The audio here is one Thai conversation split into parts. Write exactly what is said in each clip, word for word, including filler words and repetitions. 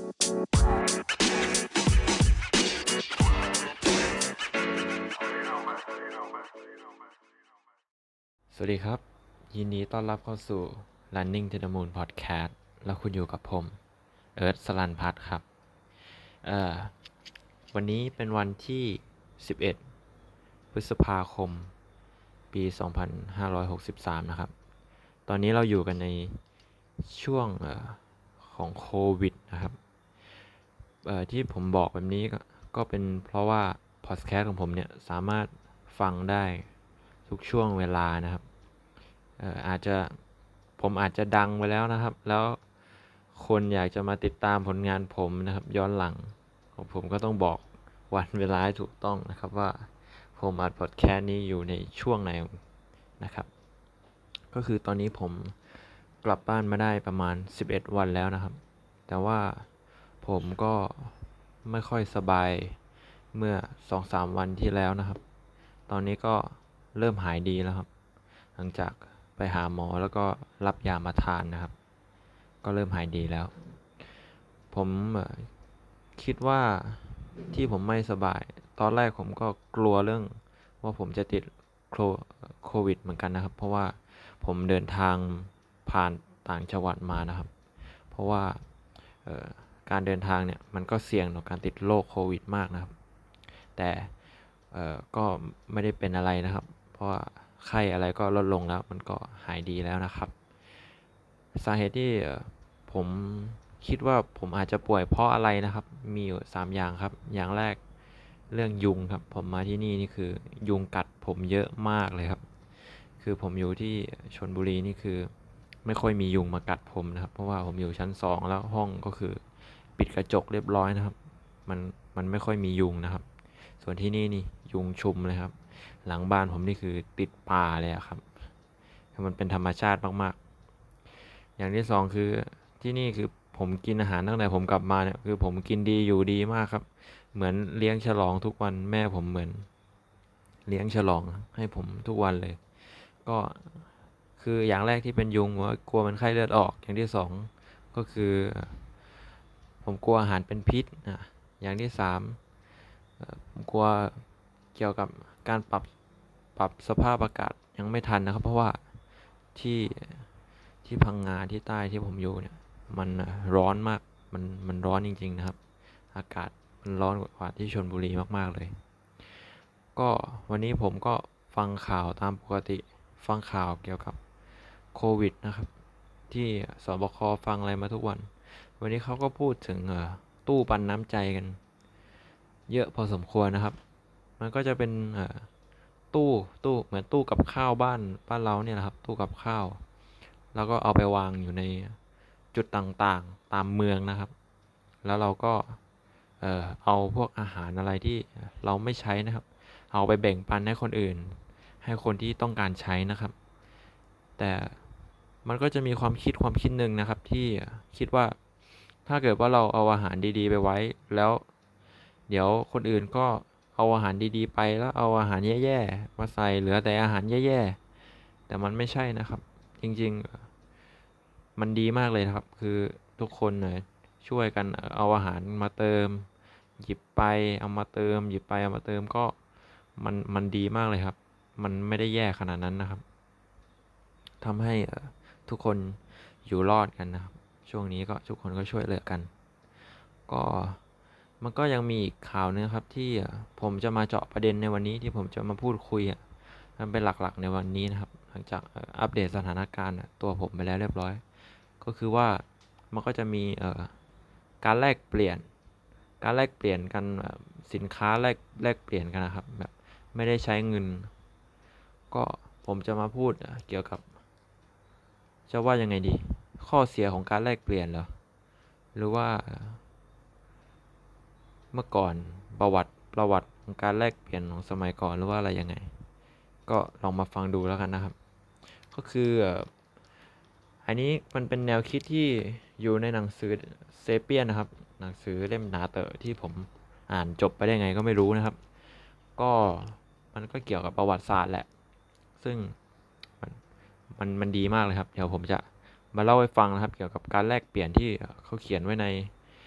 สวัสดีครับยินดีต้อนรับเข้าสู่ Running to the Moon Podcast แล้วคุณอยู่กับผมเอิร์ธสลันพัฒน์ครับเอ่อวันนี้เป็นวันที่สิบเอ็ดพฤษภาคมปีสองพันห้าร้อยหกสิบสามนะครับตอนนี้เราอยู่กันในช่วงอของโควิดนะครับที่ผมบอกแบบนี้ก็ก็เป็นเพราะว่าพอดแคสต์ของผมเนี่ยสามารถฟังได้ทุกช่วงเวลานะครับเอ่ออาจจะผมอาจจะดังไปแล้วนะครับแล้วคนอยากจะมาติดตามผลงานผมนะครับย้อนหลังของผมก็ต้องบอกวันเวลาให้ถูกต้องนะครับว่าผมอัดพอดแคสต์นี้อยู่ในช่วงไหนนะครับก็คือตอนนี้ผมกลับบ้านมาได้ประมาณสิบเอ็ดวันแล้วนะครับแต่ว่าผมก็ไม่ค่อยสบายเมื่อ สองถึงสาม วันที่แล้วนะครับตอนนี้ก็เริ่มหายดีแล้วครับหลังจากไปหาหมอแล้วก็รับยามาทานนะครับก็เริ่มหายดีแล้วผมคิดว่าที่ผมไม่สบายตอนแรกผมก็กลัวเรื่องว่าผมจะติดโควิดเหมือนกันนะครับเพราะว่าผมเดินทางผ่านต่างจังหวัดมานะครับเพราะว่าการเดินทางเนี่ยมันก็เสี่ยงต่อการติดโรคโควิดมากนะครับแต่ก็ไม่ได้เป็นอะไรนะครับเพราะว่าไข้อะไรก็ลดลงแล้วมันก็หายดีแล้วนะครับสาเหตุที่ผมคิดว่าผมอาจจะป่วยเพราะอะไรนะครับมีอยู่สามอย่างครับอย่างแรกเรื่องยุงครับผมมาที่นี่นี่คือยุงกัดผมเยอะมากเลยครับคือผมอยู่ที่ชลบุรีนี่คือไม่ค่อยมียุงมากัดผมนะครับเพราะว่าผมอยู่ชั้นสองแล้วห้องก็คือปิดกระจกเรียบร้อยนะครับมันมันไม่ค่อยมียุงนะครับส่วนที่นี่นี่ยุงชุมเลยครับหลังบ้านผมนี่คือติดป่าเลยครับมันเป็นธรรมชาติมากๆอย่างที่สองคือที่นี่คือผมกินอาหารตั้งแต่ผมกลับมาเนี่ยคือผมกินดีอยู่ดีมากครับเหมือนเลี้ยงฉลองทุกวันแม่ผมเหมือนเลี้ยงฉลองให้ผมทุกวันเลยก็คืออย่างแรกที่เป็นยุงว่ากลัวมันไข้เลือดออกอย่างที่สองก็คือผมกลัวอาหารเป็นพิษนะอย่างที่สามผมกลัวเกี่ยวกับการปรับปรับสภาพอากาศยังไม่ทันนะครับเพราะว่าที่ที่พังงาที่ใต้ที่ผมอยู่เนี่ยมันร้อนมากมันมันร้อนจริงๆนะครับอากาศมันร้อนกว่าที่ชลบุรีมากๆเลยก็วันนี้ผมก็ฟังข่าวตามปกติฟังข่าวเกี่ยวกับโควิดนะครับที่สบคฟังอะไรมาทุกวันวันนี้เขาก็พูดถึงตู้ปันน้ำใจกันเยอะพอสมควรนะครับมันก็จะเป็นตู้ตู้เหมือนตู้กับข้าวบ้านบ้านเราเนี่ยแหละครับตู้กับข้าวแล้วก็เอาไปวางอยู่ในจุดต่างๆตามเมืองนะครับแล้วเราก็เอ่อเอาพวกอาหารอะไรที่เราไม่ใช้นะครับเอาไปแบ่งปันให้คนอื่นให้คนที่ต้องการใช้นะครับแต่มันก็จะมีความคิดความคิดหนึ่งนะครับที่คิดว่าถ้าเกิดว่าเราเอาอาหารดีๆไปไว้แล้วเดี๋ยวคนอื่นก็เอาอาหารดีๆไปแล้วเอาอาหารแย่ๆมาใส่เหลือแต่อาหารแย่ๆแต่มันไม่ใช่นะครับจริงๆมันดีมากเลยนะครับคือทุกคนเนี่ยช่วยกันเอาอาหารมาเติมหยิบไปเอามาเติมหยิบไปเอามาเติมก็มันมันดีมากเลยครับมันไม่ได้แย่ขนาดนั้นนะครับทำให้ทุกคนอยู่รอดกันนะครับช่วงนี้ก็ทุกคนก็ช่วยเหลือกันก็มันก็ยังมีอีกข่าวนึงครับที่ผมจะมาเจาะประเด็นในวันนี้ที่ผมจะมาพูดคุยมันเป็นหลักๆในวันนี้นะครับหลังจากอัปเดตสถานการณ์ตัวผมไปแล้วเรียบร้อยก็คือว่ามันก็จะมีการแลกเปลี่ยนการแลกเปลี่ยนกันสินค้าแลกแลกเปลี่ยนกันนะครับแบบไม่ได้ใช้เงินก็ผมจะมาพูดเกี่ยวกับจะว่ายังไงดีข้อเสียของการแลกเปลี่ยนเหรอหรือว่าเมื่อก่อนประวัติประวัติของการแลกเปลี่ยนของสมัยก่อนหรือว่าอะไรยังไงก็ลองมาฟังดูแล้วกันนะครับก็คืออันนี้มันเป็นแนวคิดที่อยู่ในหนังสือเซเปียนนะครับหนังสือเล่มหนาเต๋อที่ผมอ่านจบไปได้ไงก็ไม่รู้นะครับก็มันก็เกี่ยวกับประวัติศาสตร์แหละซึ่งมันมันมันดีมากเลยครับเดี๋ยวผมจะมาเล่าให้ฟังนะครับเกี่ยวกับการแลกเปลี่ยนที่เขาเขียนไว้ใน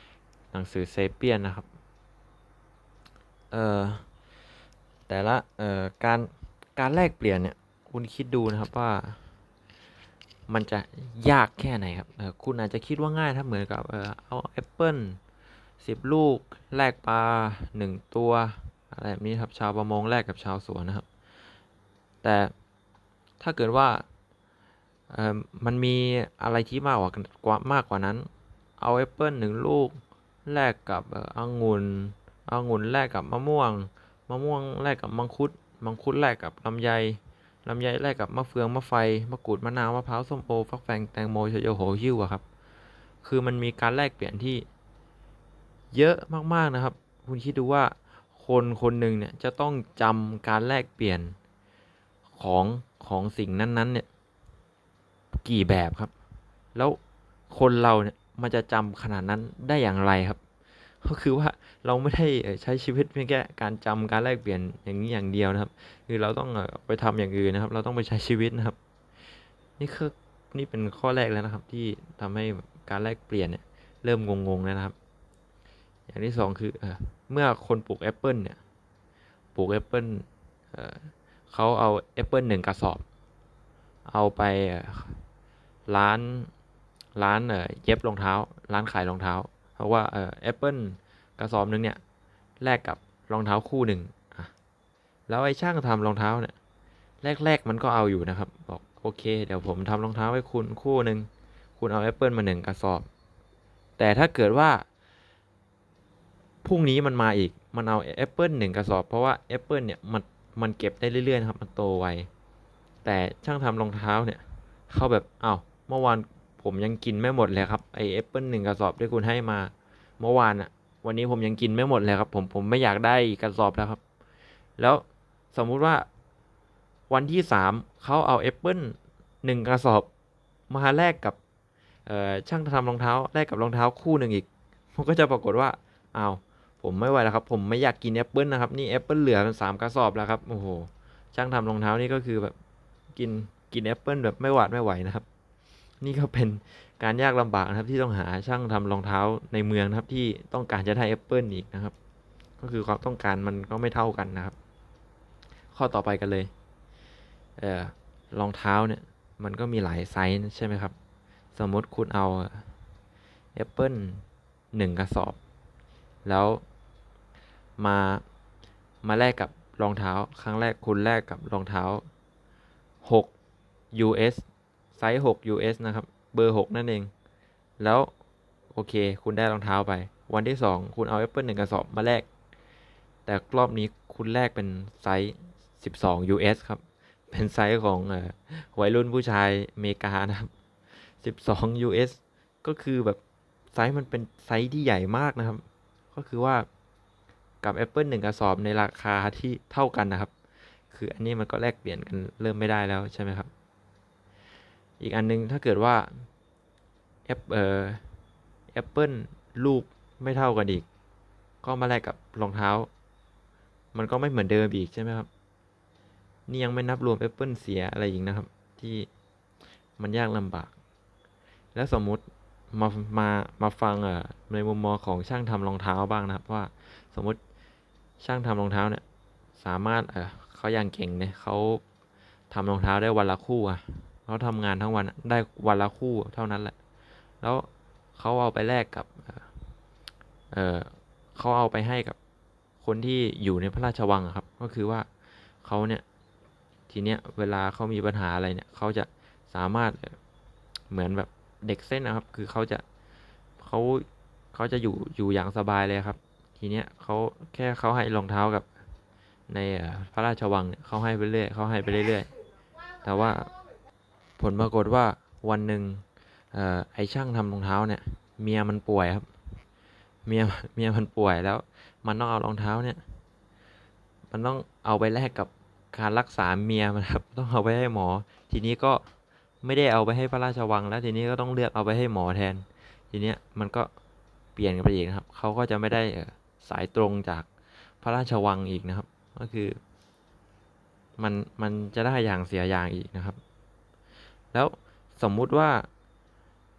หนังสือเซเปียนนะครับเอ่อแต่ละเอ่อการการแลกเปลี่ยนเนี่ยคุณคิดดูนะครับว่ามันจะยากแค่ไหนครับเออคุณอาจจะคิดว่าง่ายถ้าเหมือนกับเออเอาแอปเปิลสิบลูกแลกปลาหนึ่งตัวอะไรแบบนี้ครับชาวประมงแลกกับชาวสวนนะครับแต่ถ้าเกิดว่าเอ่อมันมีอะไรที่มากกว่ากว่ามากกว่านั้นเอาแอปเปิลหนึ่งลูกแลกกับเอ่อองุ่นองุ่นแลกกับมะม่วงมะม่วงแลกกับมังคุดมังคุดแลกกับลำไยลำไยแลกกับมะเฟืองมะไฟมะกรูดมะนาวมะพร้าวส้มโอฟักแฟงแตงโมชะโยโหหิ้วอะครับคือมันมีการแลกเปลี่ยนที่เยอะมากๆนะครับคุณคิดดูว่าคนคนหนึ่งเนี่ยจะต้องจำการแลกเปลี่ยนของของสิ่งนั้นๆเนี่ยกี่แบบครับแล้วคนเราเนี่ยมันจะจำขนาดนั้นได้อย่างไรครับก็คือว่าเราไม่ได้เอ่อใช้ชีวิตเพียงแค่การจำการแลกเปลี่ยนอย่างนี้อย่างเดียวนะครับคือเราต้องเอ่อไปทำอย่างอื่นนะครับเราต้องไปใช้ชีวิตนะครับนี่คือนี่เป็นข้อแรกแล้วนะครับที่ทำให้การแลกเปลี่ยนเนี่ยเริ่มงงๆแล้วนะครับอย่างที่สองคือเอ่อเมื่อคนปลูกแอปเปิลเนี่ยปลูกแอปเปิลเอ่อเขาเอาแอปเปิลหนึ่งกระสอบเอาไปเอ่อร้านร้านเอ่อเย็บรองเท้าร้านขายรองเท้าเพราะว่าเอ่อแอปเปิลกระสอบหนึงเนี่ยแลกกับรองเท้าคู่หนึ่งอ่ะแล้วไอ้ช่างทำรองเท้าเนี่ยแรกๆมันก็เอาอยู่นะครับบอกโอเคเดี๋ยวผมทำรองเท้าให้คุณคู่หนึ่งคุณเอาแอปเปิลมาหนึ่งกระสอบแต่ถ้าเกิดว่าพรุ่งนี้มันมาอีกมันเอาแอปเปิลหนึ่งกระสอบเพราะว่าแอปเปิลเนี่ยมันมันเก็บได้เรื่อยๆนะครับมันโตไวแต่ช่างทำรองเท้าเนี่ยเขาแบบอ้าวเมื่อวานผมยังกินไม่หมดเลยครับไอแอปเปิลหนึ่งกระสอบที่คุณให้มาเมื่อวานอะวันนี้ผมยังกินไม่หมดเลยครับผมผมไม่อยากได้อีกกระสอบแล้วครับแล้วสมมุติว่าวันที่สามเขาเอาแอปเปิลหนึ่งกระสอบมาแลกกับเอ่อช่างทำรองเท้าแลกกับรองเท้าคู่หนึ่งอีกมันก็จะปรากฏว่าอ้าวผมไม่ไหวแล้วครับผมไม่อยากกินแอปเปิลนะครับนี่แอปเปิลเหลือสามกระสอบแล้วครับโอ้โหช่างทำรองเท้านี่ก็คือแบบกินกินแอปเปิลแบบไม่หวาดไม่ไหวนะครับนี่ก็เป็นการยากลำบากนะครับที่ต้องหาช่างทำรองเท้าในเมืองนะครับที่ต้องการจะได้แอปเปิลอีกนะครับก็คือความต้องการมันก็ไม่เท่ากันนะครับข้อต่อไปกันเลยเอ่อรองเท้าเนี่ยมันก็มีหลายไซส์ใช่ไหมครับสมมติคุณเอาแอปเปิลหนึ่งกระสอบแล้วมามาแลกกับรองเท้าครั้งแรกคุณแลกกับรองเท้าหก ยู เอส ไซส์หก ยู เอส นะครับเบอร์หกนั่นเองแล้วโอเคคุณได้รองเท้าไปวันที่สองคุณเอาแอปเปิลหนึ่งกระสอบมาแลกแต่รอบนี้คุณแลกเป็นไซส์สิบสอง ยู เอส ครับเป็นไซส์ของเอ่อวัยรุ่นผู้ชายอเมริกานะครับสิบสอง ยู เอส ก็คือแบบไซส์มันเป็นไซส์ที่ใหญ่มากนะครับก็คือว่ากับแอปเปิลหนึ่งกระสอบในราคาที่เท่ากันนะครับคืออันนี้มันก็แลกเปลี่ยนกันเริ่มไม่ได้แล้วใช่ไหมครับอีกอันนึงถ้าเกิดว่าแอปเอ่อแอปเปิลลูกไม่เท่ากันอีกก็มาแลกกับรองเท้ามันก็ไม่เหมือนเดิมอีกใช่ไหมครับนี่ยังไม่นับรวมแอปเปิลเสียอะไรอีกนะครับที่มันยากลำบากแล้วสมมุติมามามาฟังเอ่อในมุมมองของช่างทำรองเท้าบ้างนะครับว่าสมมุติช่างทำรองเท้าเนี่ยสามารถเออเขาอย่างเก่งเนี่ยเขาทำรองเท้าได้วันละคู่อ่ะเขาทำงานทั้งวันได้วันละคู่เท่านั้นแหละแล้วเขาเอาไปแลกกับเออเขาเอาไปให้กับคนที่อยู่ในพระราชวังครับก็คือว่าเขาเนี่ยทีเนี้ยเวลาเขามีปัญหาอะไรเนี่ยเขาจะสามารถเหมือนแบบเด็กเส้นนะครับคือเขาจะเขาเขาจะอยู่อยู่อย่างสบายเลยครับทีเนี้ยเขาแค่เขาให้รองเท้ากับในพระราชวังเนี่ยเขาให้ไปเรื่อยเขาให้ไปเรื่อยๆแต่ว่าผลปรากฏว่าวันหนึ่งไอ้ช่างทำรองเท้าเนี่ยเมียมันป่วยครับเมียเมียมันป่วยแล้วมันต้องเอารองเท้าเนี่ยมันต้องเอาไปแลกกับการรักษาเมียมันครับต้องเอาไปให้หมอทีนี้ก็ไม่ได้เอาไปให้พระราชวังแล้วทีนี้ก็ต้องเลือกเอาไปให้หมอแทนทีเนี้ยมันก็เปลี่ยนกันไปอีกนะครับเขาก็จะไม่ได้สายตรงจากพระราชวังอีกนะครับก็คือมันมันจะได้อย่างเสียอย่างอีกนะครับแล้วสมมุติว่า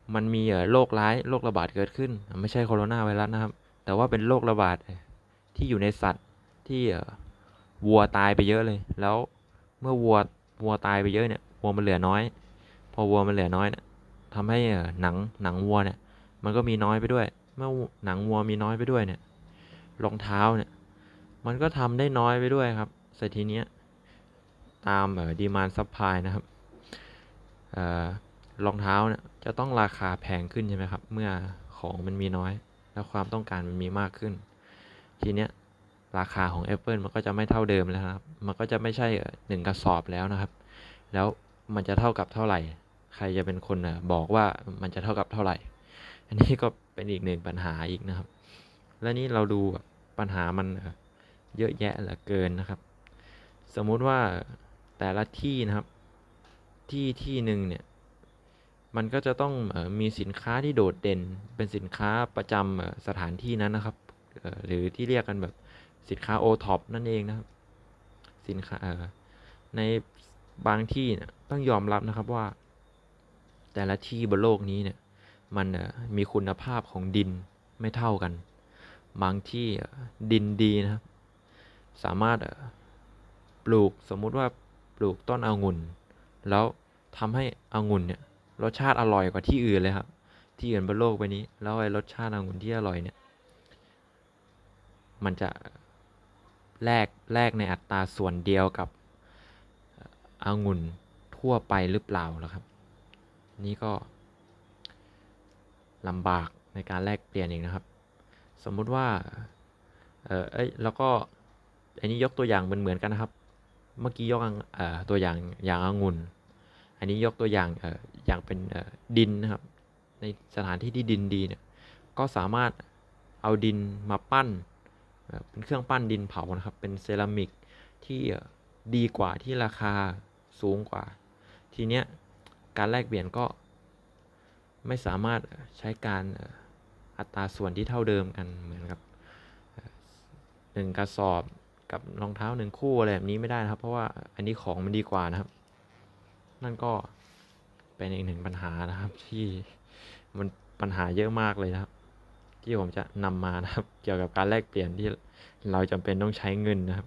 มันมีโรคร้ายโรคระบาดเกิดขึ้นไม่ใช่โคโรนาไวรัสนะครับแต่ว่าเป็นโรคระบาดที่อยู่ในสัตว์ที่วัวตายไปเยอะเลยแล้วเมื่อวัววัวตายไปเยอะเนี่ยวัวมันเหลือน้อยพอวัวมันเหลือน้อยเนี่ยทำให้หนังหนังวัวเนี่ยมันก็มีน้อยไปด้วยเมื่อหนังวัวมีน้อยไปด้วยเนี่ยรองเท้าเนี่ยมันก็ทำได้น้อยไปด้วยครับเสร็จทีเนี้ยตามดีมานด์ซัพพลายนะครับรองเท้าเนี่ยจะต้องราคาแพงขึ้นใช่ไหมครับเมื่อของมันมีน้อยแล้วความต้องการมันมีมากขึ้นทีเนี้ยราคาของ Apple มันก็จะไม่เท่าเดิมแล้วครับมันก็จะไม่ใช่หนึ่งกระสอบแล้วนะครับแล้วมันจะเท่ากับเท่าไหร่ใครจะเป็นคนบอกว่ามันจะเท่ากับเท่าไหร่อันนี้ก็เป็นอีกหนึ่งปัญหาอีกนะครับและนี้เราดูปัญหามันเยอะแยะเหลือเกินนะครับสมมุติว่าแต่ละที่นะครับที่ที่หนึ่งเนี่ยมันก็จะต้องเอ่อมีสินค้าที่โดดเด่นเป็นสินค้าประจำเอ่อสถานที่นั้นนะครับเอ่อหรือที่เรียกกันแบบสินค้าโอท็อปนั่นเองนะครับสินค้าเอ่อในบางที่เนี่ยต้องยอมรับนะครับว่าแต่ละที่บนโลกนี้เนี่ยมันเอ่อมีคุณภาพของดินไม่เท่ากันบางที่เอ่อดินดีนะครับสามารถเอ่อปลูกสมมุติว่าปลูกต้นองุ่นแล้วทำให้องุ่นเนี่ยรสชาติอร่อยกว่าที่อื่นเลยครับที่อื่นบนโลกใบนี้แล้วไอ้รสชาติองุ่นที่อร่อยเนี่ยมันจะแลกแลกในอัตราส่วนเดียวกับองุ่นทั่วไปหรือเปล่าล่ะครับนี่ก็ลำบากในการแลกเปลี่ยนเองนะครับสมมุติว่าเออเอ้ยแล้วก็อันนี้ยกตัวอย่างเหมือนเหมือนกันนะครับเมื่อกี้ยกเอ่อตัวอย่างอย่างองุ่นอันนี้ยกตัวอย่างเอ่ออย่างเป็นเอ่อดินนะครับในสถานที่ที่ดินดีเนี่ยก็สามารถเอาดินมาปั้นเป็นเครื่องปั้นดินเผานะครับเป็นเซรามิกที่ดีกว่าที่ราคาสูงกว่าทีเนี้ยการแลกเปลี่ยนก็ไม่สามารถใช้การอัตราส่วนที่เท่าเดิมกันเหมือนกับหนึ่งกระสอบกับรองเท้าหนึ่งคู่อะไรแบบนี้ไม่ได้นะครับเพราะว่าอันนี้ของมันดีกว่านะครับนั่นก็เป็นอีกหนึ่งปัญหานะครับที่มันปัญหาเยอะมากเลยนะครับที่ผมจะนำมานะครับเกี่ยวกับการแลกเปลี่ยนที่เราจำเป็นต้องใช้เงินนะครับ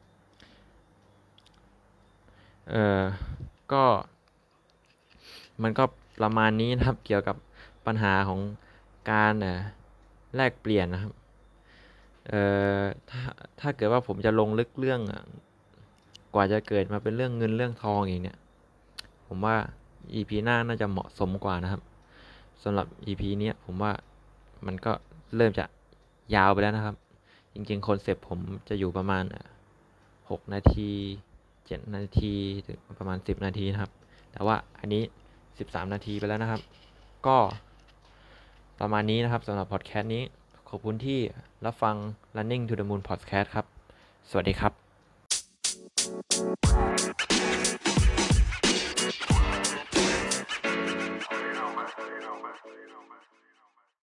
เออก็มันก็ประมาณนี้นะครับเกี่ยวกับปัญหาของการแลกเปลี่ยนนะครับเอ่อถ้าถ้าเกิดว่าผมจะลงลึกเรื่องกว่าจะเกิดมาเป็นเรื่องเงินเรื่องทองอย่างเนี้ยผมว่า อี พี หน้าน่าจะเหมาะสมกว่านะครับสำหรับ อี พี นี้ผมว่ามันก็เริ่มจะยาวไปแล้วนะครับจริงๆคอนเซปต์ผมจะอยู่ประมาณหกนาทีเจ็ดนาทีถึงประมาณสิบนาทีนะครับแต่ว่าอันนี้สิบสามนาทีไปแล้วนะครับก็ประมาณนี้นะครับสำหรับพอดแคสต์นี้ขอบคุณที่รับฟัง Running to the Moon Podcast ครับสวัสดีครับ